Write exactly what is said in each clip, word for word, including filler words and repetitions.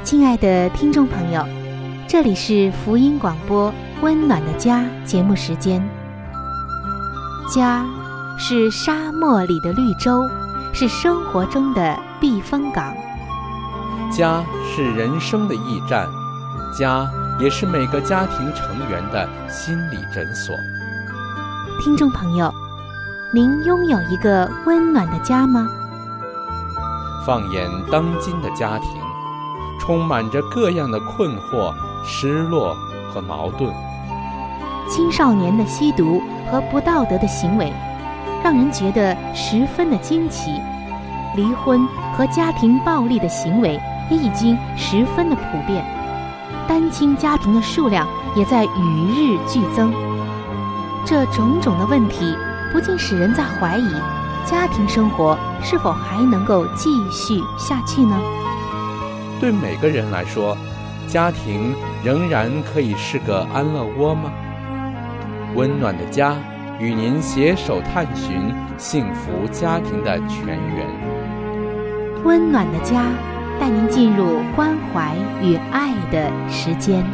亲爱的听众朋友，这里是福音广播温暖的家节目时间。家是沙漠里的绿洲，是生活中的避风港。 家是人生的驿站，家也是每个家庭成员的心理诊所。 听众朋友，您拥有一个温暖的家吗？ 放眼当今的家庭，充满着各样的困惑、失落和矛盾。 青少年的吸毒和不道德的行为，让人觉得十分的惊奇。离婚和家庭暴力的行为也已经十分的普遍，单亲家庭的数量也在与日俱增。这种种的问题，不禁使人在怀疑，家庭生活是否还能够继续下去呢？ 对每个人来说，家庭仍然可以是个安乐窝吗？温暖的家与您携手探寻幸福家庭的全员。 温暖的家带您进入关怀与爱的时间。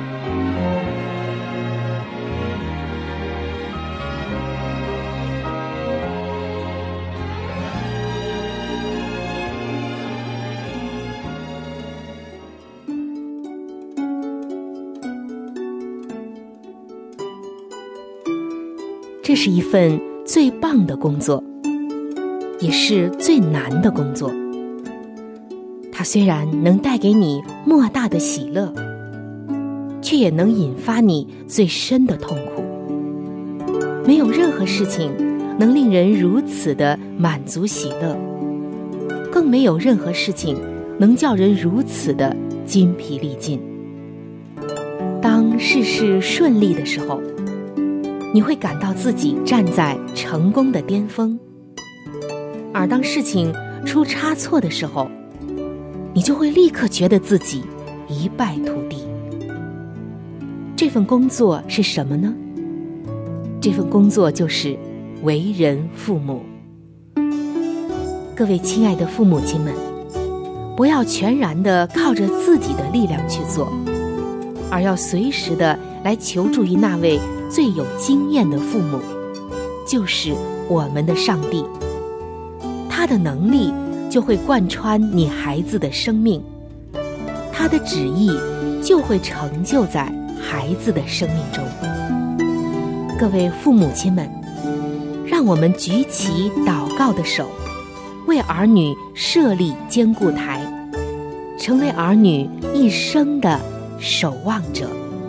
这是一份最棒的工作，也是最难的工作。它虽然能带给你莫大的喜乐，却也能引发你最深的痛苦。没有任何事情能令人如此的满足喜乐，更没有任何事情能叫人如此的筋疲力尽。当事事顺利的时候，你会感到自己站在成功的巅峰，而当事情出差错的时候，你就会立刻觉得自己一败涂地。这份工作是什么呢？这份工作就是为人父母。各位亲爱的父母亲们，不要全然地靠着自己的力量去做，而要随时地来求助于那位最有经验的父母，就是我们的上帝。他的能力就会贯穿你孩子的生命，他的旨意就会成就在孩子的生命中。各位父母亲们，让我们举起祷告的手，为儿女设立坚固台，成为儿女一生的守望者。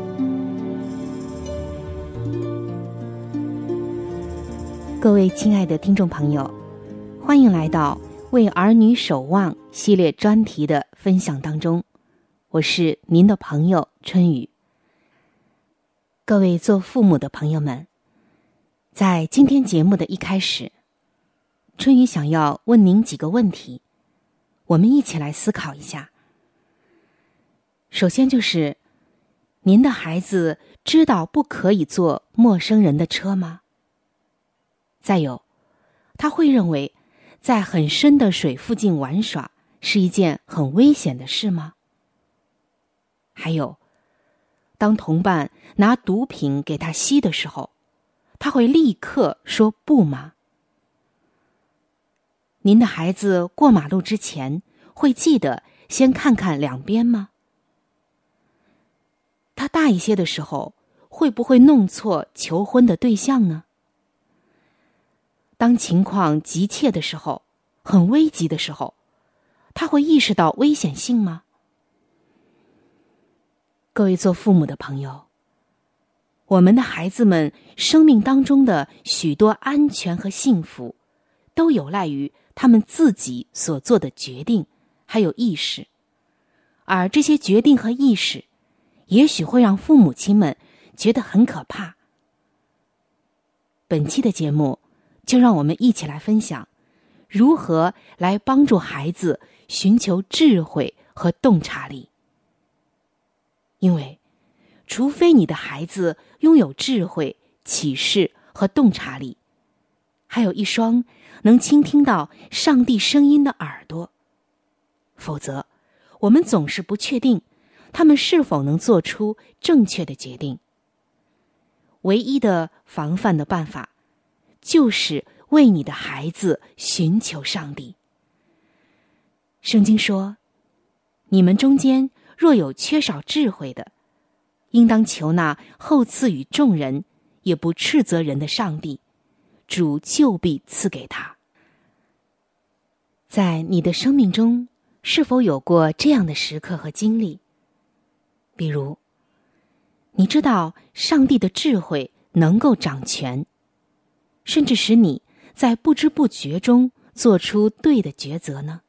各位亲爱的听众朋友，欢迎来到为儿女守望系列专题的分享当中，我是您的朋友春雨。各位做父母的朋友们，在今天节目的一开始，春雨想要问您几个问题，我们一起来思考一下。首先就是，您的孩子知道不可以坐陌生人的车吗？再有，他会认为在很深的水附近玩耍是一件很危险的事吗？还有，当同伴拿毒品给他吸的时候，他会立刻说不吗？您的孩子过马路之前会记得先看看两边吗？他大一些的时候会不会弄错求婚的对象呢？当情况急切的时候，很危急的时候，他会意识到危险性吗？各位做父母的朋友，我们的孩子们生命当中的许多安全和幸福，都有赖于他们自己所做的决定，还有意识。而这些决定和意识，也许会让父母亲们觉得很可怕。本期的节目，就让我们一起来分享，如何来帮助孩子寻求智慧和洞察力。因为，除非你的孩子拥有智慧、启示和洞察力，还有一双能倾听到上帝声音的耳朵，否则，我们总是不确定他们是否能做出正确的决定。唯一的防范的办法，就是为你的孩子寻求上帝。圣经说，你们中间若有缺少智慧的，应当求那厚赐予众人也不斥责人的上帝，主就必赐给他。在你的生命中，是否有过这样的时刻和经历？比如，你知道上帝的智慧能够掌权，甚至使你在不知不觉中做出对的抉择呢？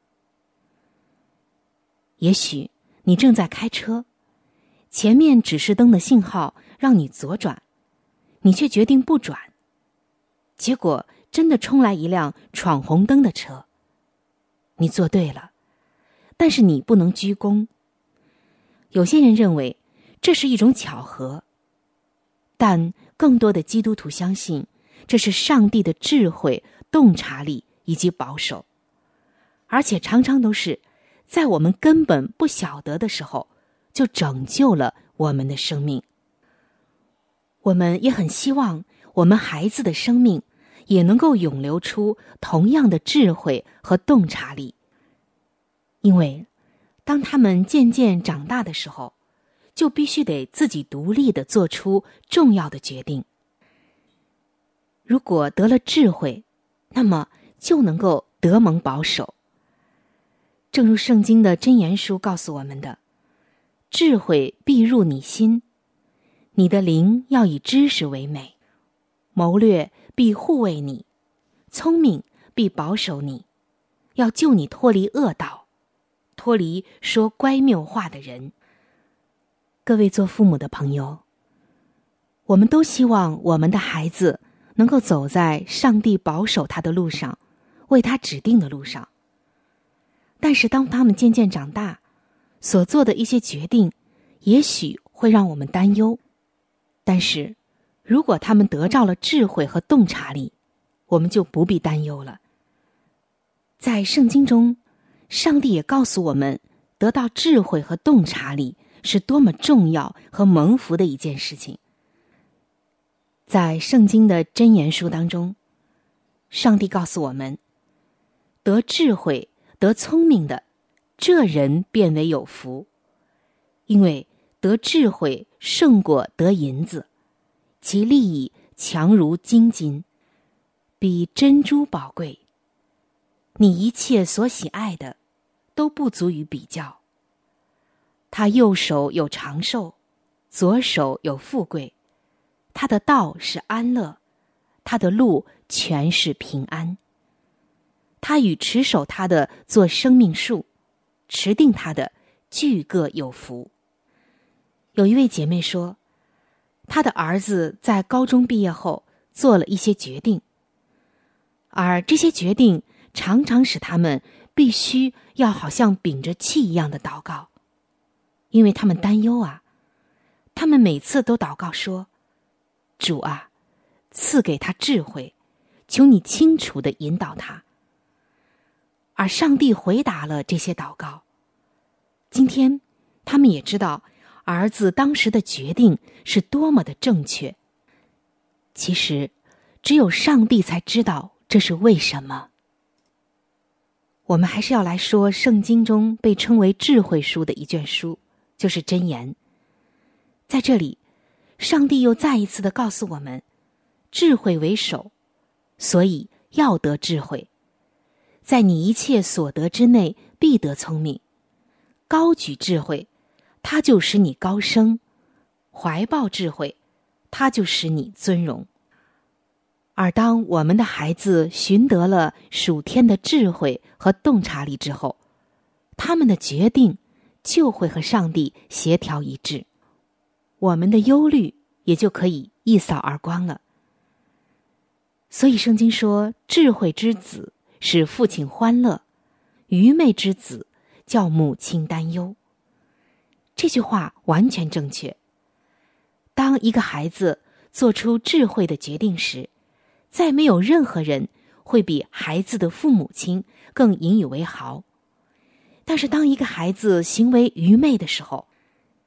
也许你正在开车，前面指示灯的信号让你左转，你却决定不转，结果真的冲来一辆闯红灯的车。你做对了，但是你不能居功。有些人认为这是一种巧合，但更多的基督徒相信这是上帝的智慧、洞察力以及保守，而且常常都是在我们根本不晓得的时候就拯救了我们的生命。我们也很希望我们孩子的生命也能够涌流出同样的智慧和洞察力，因为当他们渐渐长大的时候，就必须得自己独立地做出重要的决定。如果得了智慧，那么就能够得蒙保守。正如圣经的箴言书告诉我们的，智慧必入你心，你的灵要以知识为美，谋略必护卫你，聪明必保守你，要救你脱离恶道，脱离说乖谬话的人。各位做父母的朋友，我们都希望我们的孩子能够走在上帝保守他的路上，为他指定的路上。但是当他们渐渐长大，所做的一些决定也许会让我们担忧，但是如果他们得到了智慧和洞察力，我们就不必担忧了。在圣经中，上帝也告诉我们，得到智慧和洞察力是多么重要和蒙福的一件事情。在圣经的箴言书当中，上帝告诉我们，得智慧得聪明的，这人便为有福，因为得智慧胜过得银子，其利益强如金金，比珍珠宝贵。你一切所喜爱的都不足以比较。他右手有长寿，左手有富贵，他的道是安乐，他的路全是平安。他与持守他的做生命树，持定他的俱各有福。有一位姐妹说，她的儿子在高中毕业后做了一些决定，而这些决定常常使他们必须要好像屏着气一样的祷告，因为他们担忧啊。他们每次都祷告说，主啊，赐给他智慧，求你清楚地引导他。而上帝回答了这些祷告。今天他们也知道儿子当时的决定是多么的正确。其实只有上帝才知道这是为什么。我们还是要来说圣经中被称为智慧书的一卷书，就是箴言。在这里，上帝又再一次地告诉我们，智慧为首，所以要得智慧。在你一切所得之内必得聪明，高举智慧，它就使你高升；怀抱智慧，它就使你尊荣。而当我们的孩子寻得了属天的智慧和洞察力之后，他们的决定就会和上帝协调一致，我们的忧虑也就可以一扫而光了。所以圣经说，智慧之子使父亲欢乐，愚昧之子叫母亲担忧。这句话完全正确。当一个孩子做出智慧的决定时，再没有任何人会比孩子的父母亲更引以为豪。但是当一个孩子行为愚昧的时候，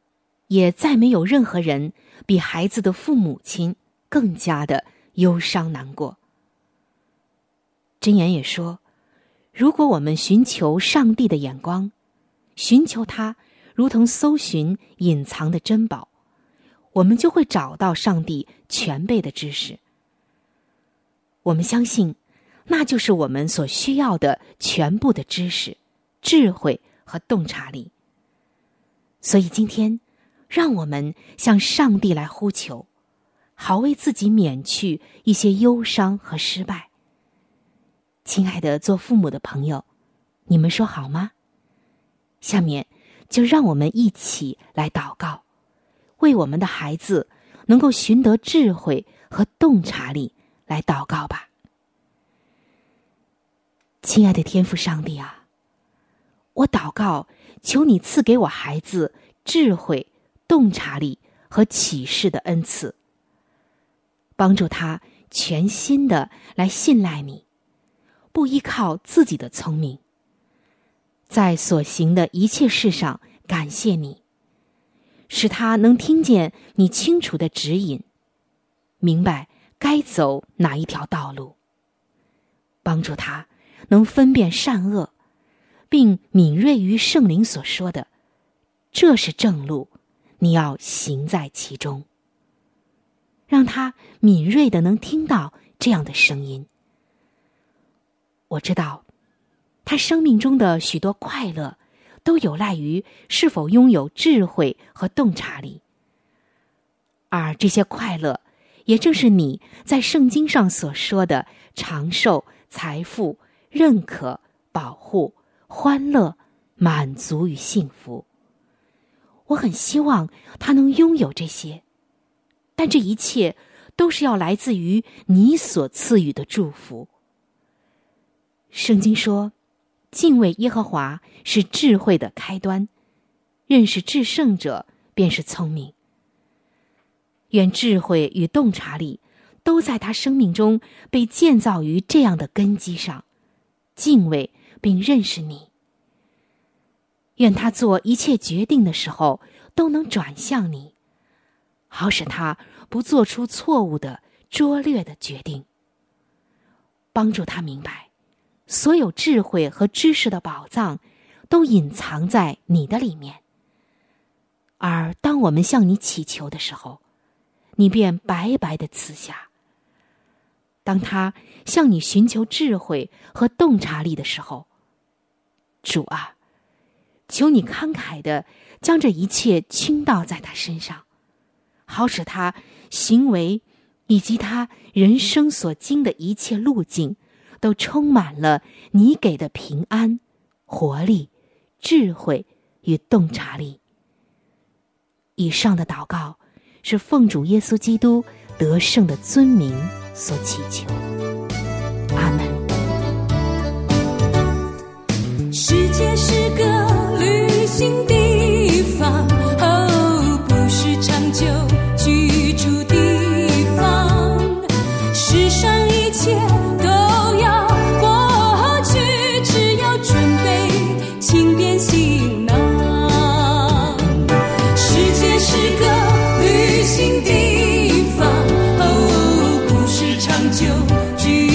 也再没有任何人比孩子的父母亲更加的忧伤难过。箴言也说，如果我们寻求上帝的眼光，寻求他如同搜寻隐藏的珍宝，我们就会找到上帝全备的知识。我们相信，那就是我们所需要的全部的知识、智慧和洞察力。所以今天，让我们向上帝来呼求，好为自己免去一些忧伤和失败。亲爱的做父母的朋友，你们说好吗？下面就让我们一起来祷告，为我们的孩子能够寻得智慧和洞察力来祷告吧。亲爱的天父上帝啊，我祷告，求你赐给我孩子智慧、洞察力和启示的恩赐，帮助他全心的来信赖你，不依靠自己的聪明，在所行的一切事上感谢你，使他能听见你清楚的指引，明白该走哪一条道路，帮助他能分辨善恶，并敏锐于圣灵所说的，这是正路，你要行在其中。让他敏锐地能听到这样的声音。我知道，他生命中的许多快乐，都有赖于是否拥有智慧和洞察力。而这些快乐，也正是你在圣经上所说的长寿、财富、认可、保护、欢乐、满足与幸福。我很希望他能拥有这些，但这一切都是要来自于你所赐予的祝福。圣经说，敬畏耶和华是智慧的开端，认识至圣者便是聪明。愿智慧与洞察力都在他生命中被建造于这样的根基上，敬畏并认识你。愿他做一切决定的时候都能转向你，好使他不做出错误的、拙劣的决定。帮助他明白，所有智慧和知识的宝藏都隐藏在你的里面。而当我们向你祈求的时候，你便白白地赐下。当他向你寻求智慧和洞察力的时候，主啊，求你慷慨地将这一切倾倒在他身上，好使他行为以及他人生所经的一切路径都充满了你给的平安、活力、智慧与洞察力。以上的祷告是奉主耶稣基督得胜的尊名所祈求，阿门。 世界是个旅行地方，哦，不是长久居住地方。世上一切都要过去，只要准备轻便行囊。世界是个旅行地方，哦，不是长久居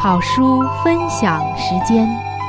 好书分享时间。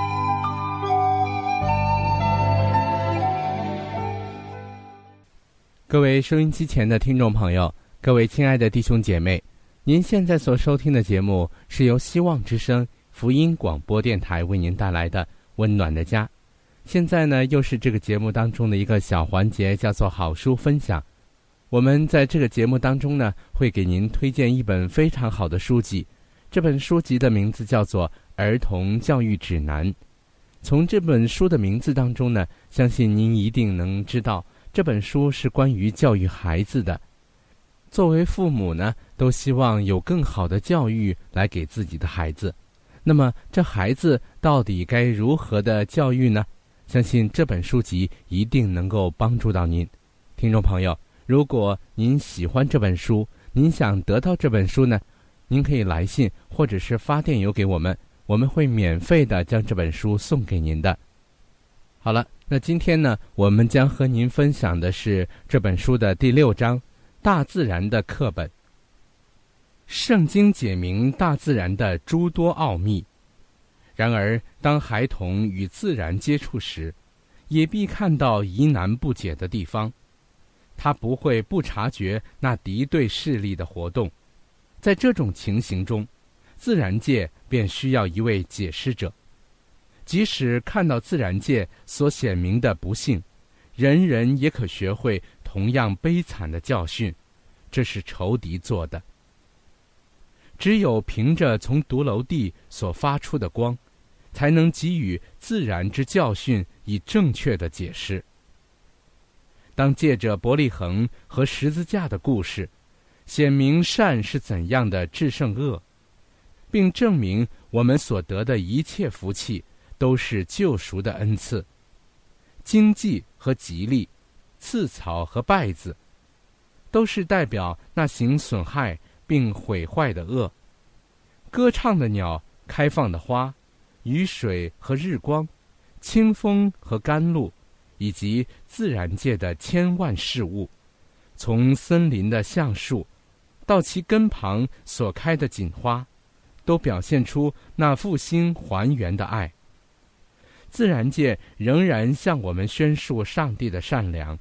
各位收音机前的听众朋友，各位亲爱的弟兄姐妹，您现在所收听的节目是由希望之声福音广播电台为您带来的温暖的家。现在呢，又是这个节目当中的一个小环节，叫做好书分享。我们在这个节目当中呢，会给您推荐一本非常好的书籍，这本书籍的名字叫做《儿童教育指南》。从这本书的名字当中呢，相信您一定能知道这本书是关于教育孩子的。作为父母呢，都希望有更好的教育来给自己的孩子。那么这孩子到底该如何的教育呢？相信这本书籍一定能够帮助到您。听众朋友，如果您喜欢这本书，您想得到这本书呢，您可以来信或者是发电邮给我们，我们会免费的将这本书送给您的。好了，那今天呢，我们将和您分享的是这本书的第六章，大自然的课本。圣经解明大自然的诸多奥秘，然而当孩童与自然接触时，也必看到疑难不解的地方。他不会不察觉那敌对势力的活动，在这种情形中，自然界便需要一位解释者。即使看到自然界所显明的不幸，人人也可学会同样悲惨的教训，这是仇敌做的。只有凭着从独楼地所发出的光，才能给予自然之教训以正确的解释。当借着伯利恒和十字架的故事，显明善是怎样的制胜恶，并证明我们所得的一切福气都是救赎的恩赐，经济和吉利，刺草和稗子，都是代表那行损害并毁坏的恶。歌唱的鸟，开放的花，雨水和日光，清风和甘露，以及自然界的千万事物，从森林的橡树到其根旁所开的锦花，都表现出那复兴还原的爱。自然界仍然向我们宣述上帝的善良。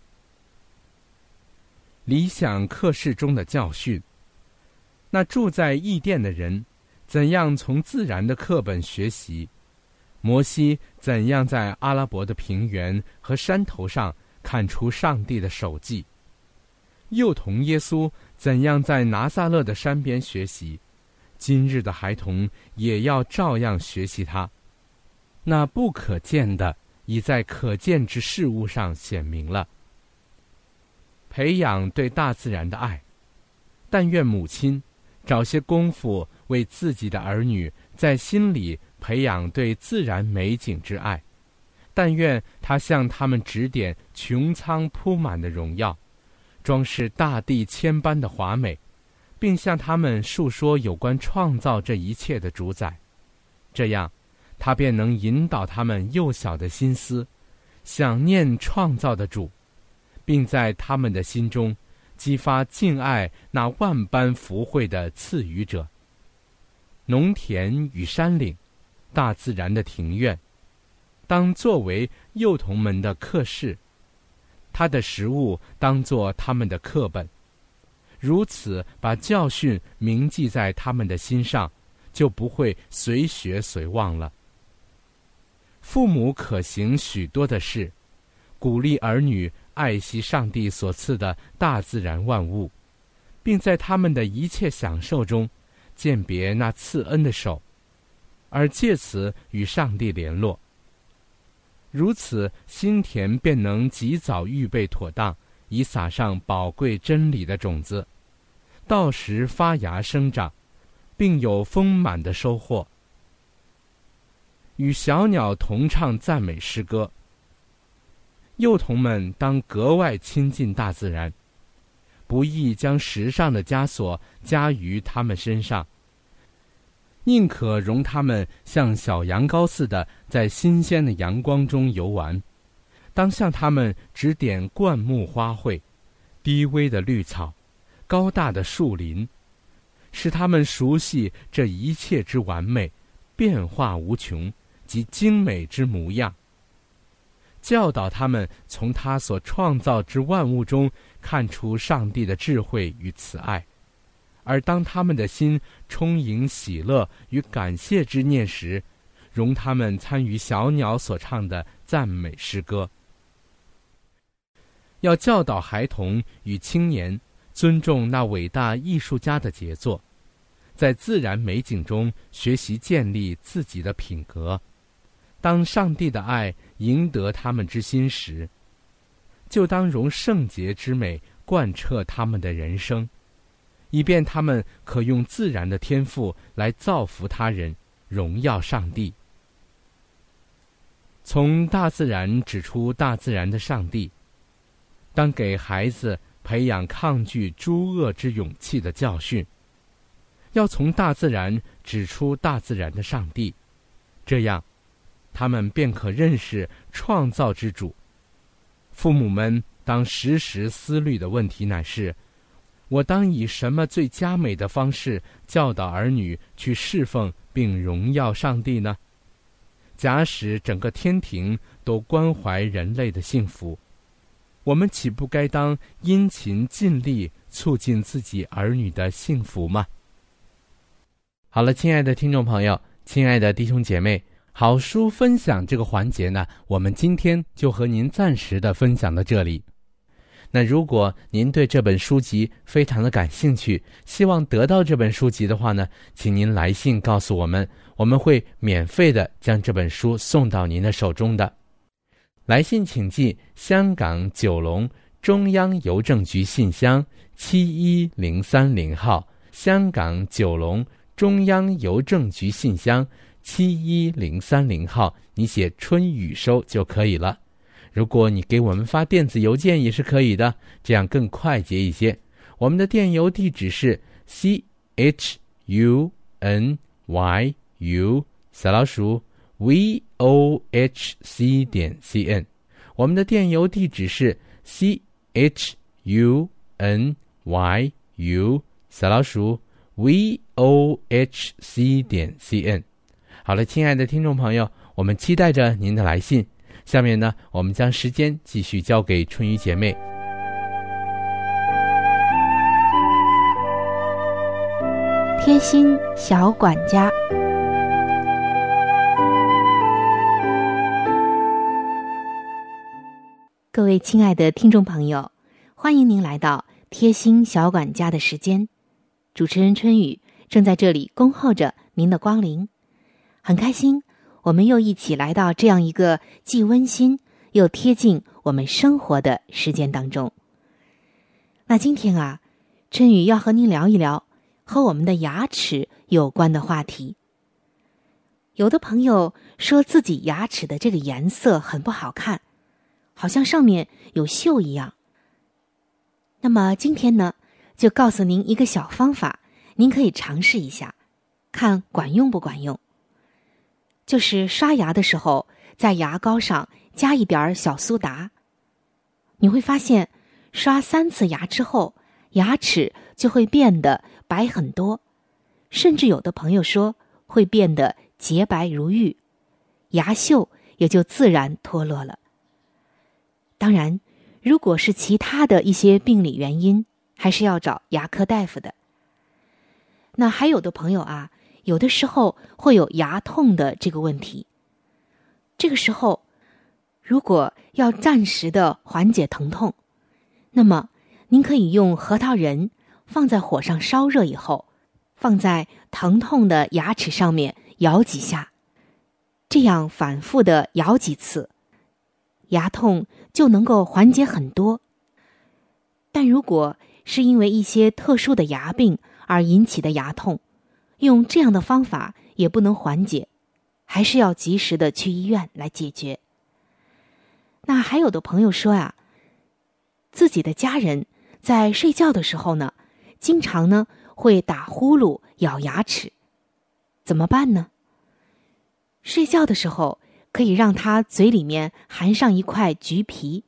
理想课室中的教训，那住在异殿的人怎样从自然的课本学习，摩西怎样在阿拉伯的平原和山头上看出上帝的手迹，幼童耶稣怎样在拿撒勒的山边学习，今日的孩童也要照样学习他。那不可见的已在可见之事物上显明了。培养对大自然的爱，但愿母亲找些功夫为自己的儿女在心里培养对自然美景之爱，但愿他向他们指点穹苍铺满的荣耀，装饰大地千般的华美，并向他们述说有关创造这一切的主宰。这样他便能引导他们幼小的心思，想念创造的主，并在他们的心中激发敬爱那万般福惠的赐予者。农田与山岭，大自然的庭院，当作为幼童们的课室，他的食物当作他们的课本，如此把教训铭记在他们的心上，就不会随学随忘了。父母可行许多的事，鼓励儿女爱惜上帝所赐的大自然万物，并在他们的一切享受中鉴别那赐恩的手，而借此与上帝联络。如此，心田便能及早预备妥当，以撒上宝贵真理的种子，到时发芽生长，并有丰满的收获。与小鸟同唱赞美诗歌，幼童们当格外亲近大自然，不宜将时尚的枷锁加于他们身上，宁可容他们像小羊羔似的在新鲜的阳光中游玩，当向他们指点灌木花卉，低微的绿草，高大的树林， 使他们熟悉这一切之完美、变化无穷及精美之模样，教导他们从他所创造之万物中看出上帝的智慧与慈爱。而当他们的心充盈喜乐与感谢之念时，容他们参与小鸟所唱的赞美诗歌。要教导孩童与青年尊重那伟大艺术家的杰作，在自然美景中学习建立自己的品格。当上帝的爱赢得他们之心时，就当容圣洁之美贯彻他们的人生，以便他们可用自然的天赋来造福他人，荣耀上帝。从大自然指出大自然的上帝，当给孩子培养抗拒诸恶之勇气的教训。要从大自然指出大自然的上帝，这样他们便可认识创造之主。父母们当时时思虑的问题乃是：我当以什么最佳美的方式教导儿女去侍奉并荣耀上帝呢？假使整个天庭都关怀人类的幸福，我们岂不该当殷勤尽力促进自己儿女的幸福吗？好了，亲爱的听众朋友，亲爱的弟兄姐妹，好书分享这个环节呢，我们今天就和您暂时的分享到这里。那如果您对这本书籍非常的感兴趣，希望得到这本书籍的话呢，请您来信告诉我们，我们会免费的将这本书送到您的手中的。来信请寄香港九龙中央邮政局信箱七一零三零号，香港九龙中央邮政局信箱七一零三零号，你写春雨收就可以了。如果你给我们发电子邮件也是可以的，这样更快捷一些。我们的电邮地址是 c h u n y u 小老鼠 v o h c 点 c n。我们的电邮地址是 c h u n y u 小老鼠 v o h c 点 c n。好了，亲爱的听众朋友，我们期待着您的来信。下面呢，我们将时间继续交给春雨姐妹。 贴心小管家，各位亲爱的听众朋友，欢迎您来到贴心小管家的时间。主持人春雨正在这里恭候着您的光临，很开心我们又一起来到这样一个既温馨又贴近我们生活的时间当中。那今天啊，春雨要和您聊一聊和我们的牙齿有关的话题。有的朋友说自己牙齿的这个颜色很不好看，好像上面有锈一样。那么今天呢，就告诉您一个小方法，您可以尝试一下，看管用不管用。就是刷牙的时候，在牙膏上加一点小苏打，你会发现刷三次牙之后，牙齿就会变得白很多，甚至有的朋友说会变得洁白如玉，牙锈也就自然脱落了。当然，如果是其他的一些病理原因，还是要找牙科大夫的。那还有的朋友啊，有的时候会有牙痛的这个问题。这个时候，如果要暂时的缓解疼痛，那么您可以用核桃仁放在火上烧热以后，放在疼痛的牙齿上面摇几下，这样反复的摇几次，牙痛就能够缓解很多。但如果是因为一些特殊的牙病而引起的牙痛，用这样的方法也不能缓解，还是要及时的去医院来解决。那还有的朋友说啊，自己的家人在睡觉的时候呢，经常呢会打呼噜、咬牙齿，怎么办呢？睡觉的时候可以让他嘴里面含上一块橘皮，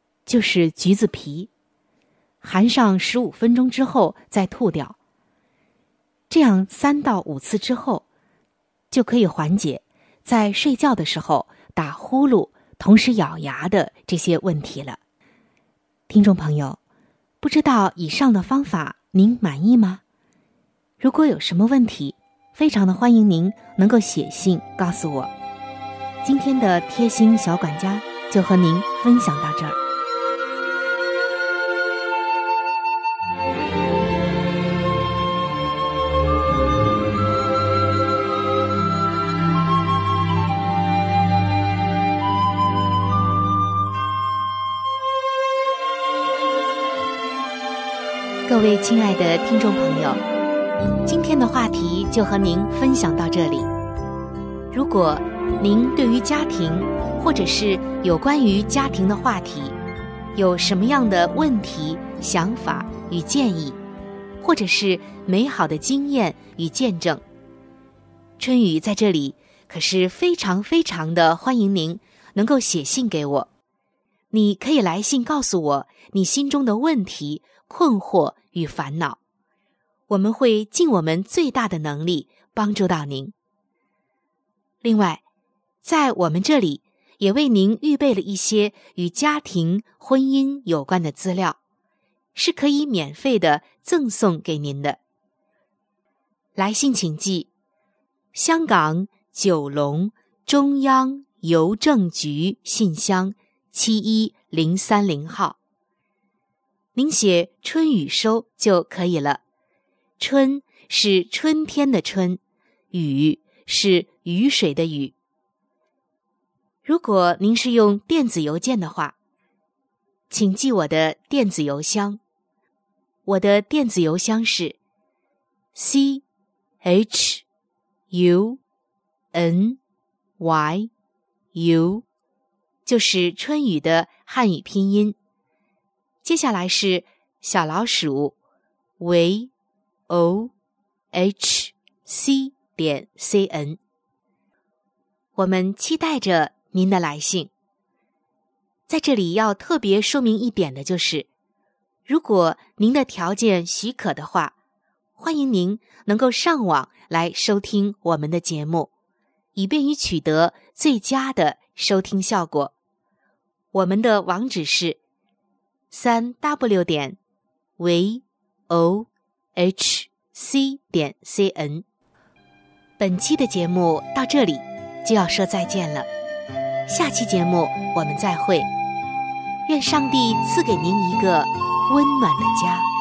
就是橘子皮，含上十五分钟之后再吐掉。 这样三到五次之后，就可以缓解在睡觉的时候打呼噜同时咬牙的这些问题了。听众朋友，不知道以上的方法您满意吗？如果有什么问题，非常的欢迎您能够写信告诉我。今天的贴心小管家就和您分享到这儿。各位亲爱的听众朋友，今天的话题就和您分享到这里。如果您对于家庭或者是有关于家庭的话题有什么样的问题、想法与建议，或者是美好的经验与见证，春雨在这里可是非常非常的欢迎您能够写信给我。你可以来信告诉我你心中的问题、困惑与烦恼，我们会尽我们最大的能力帮助到您。另外，在我们这里也为您预备了一些与家庭、婚姻有关的资料，是可以免费的赠送给您的。来信请寄香港九龙中央邮政局信箱七一零三零号。您写春雨收就可以了。春是春天的春，雨是雨水的雨。如果您是用电子邮件的话，请记我的电子邮箱。我的电子邮箱是 c h u n y u， 就是春雨的汉语拼音。接下来是小老鼠 v o h c 点 c n。 我们期待着您的来信。在这里要特别说明一点的就是，如果您的条件许可的话，欢迎您能够上网来收听我们的节目，以便于取得最佳的收听效果。我们的网址是三 w 点 v o h c 点 c n。 本期的节目到这里就要说再见了，下期节目我们再会。愿上帝赐给您一个温暖的家。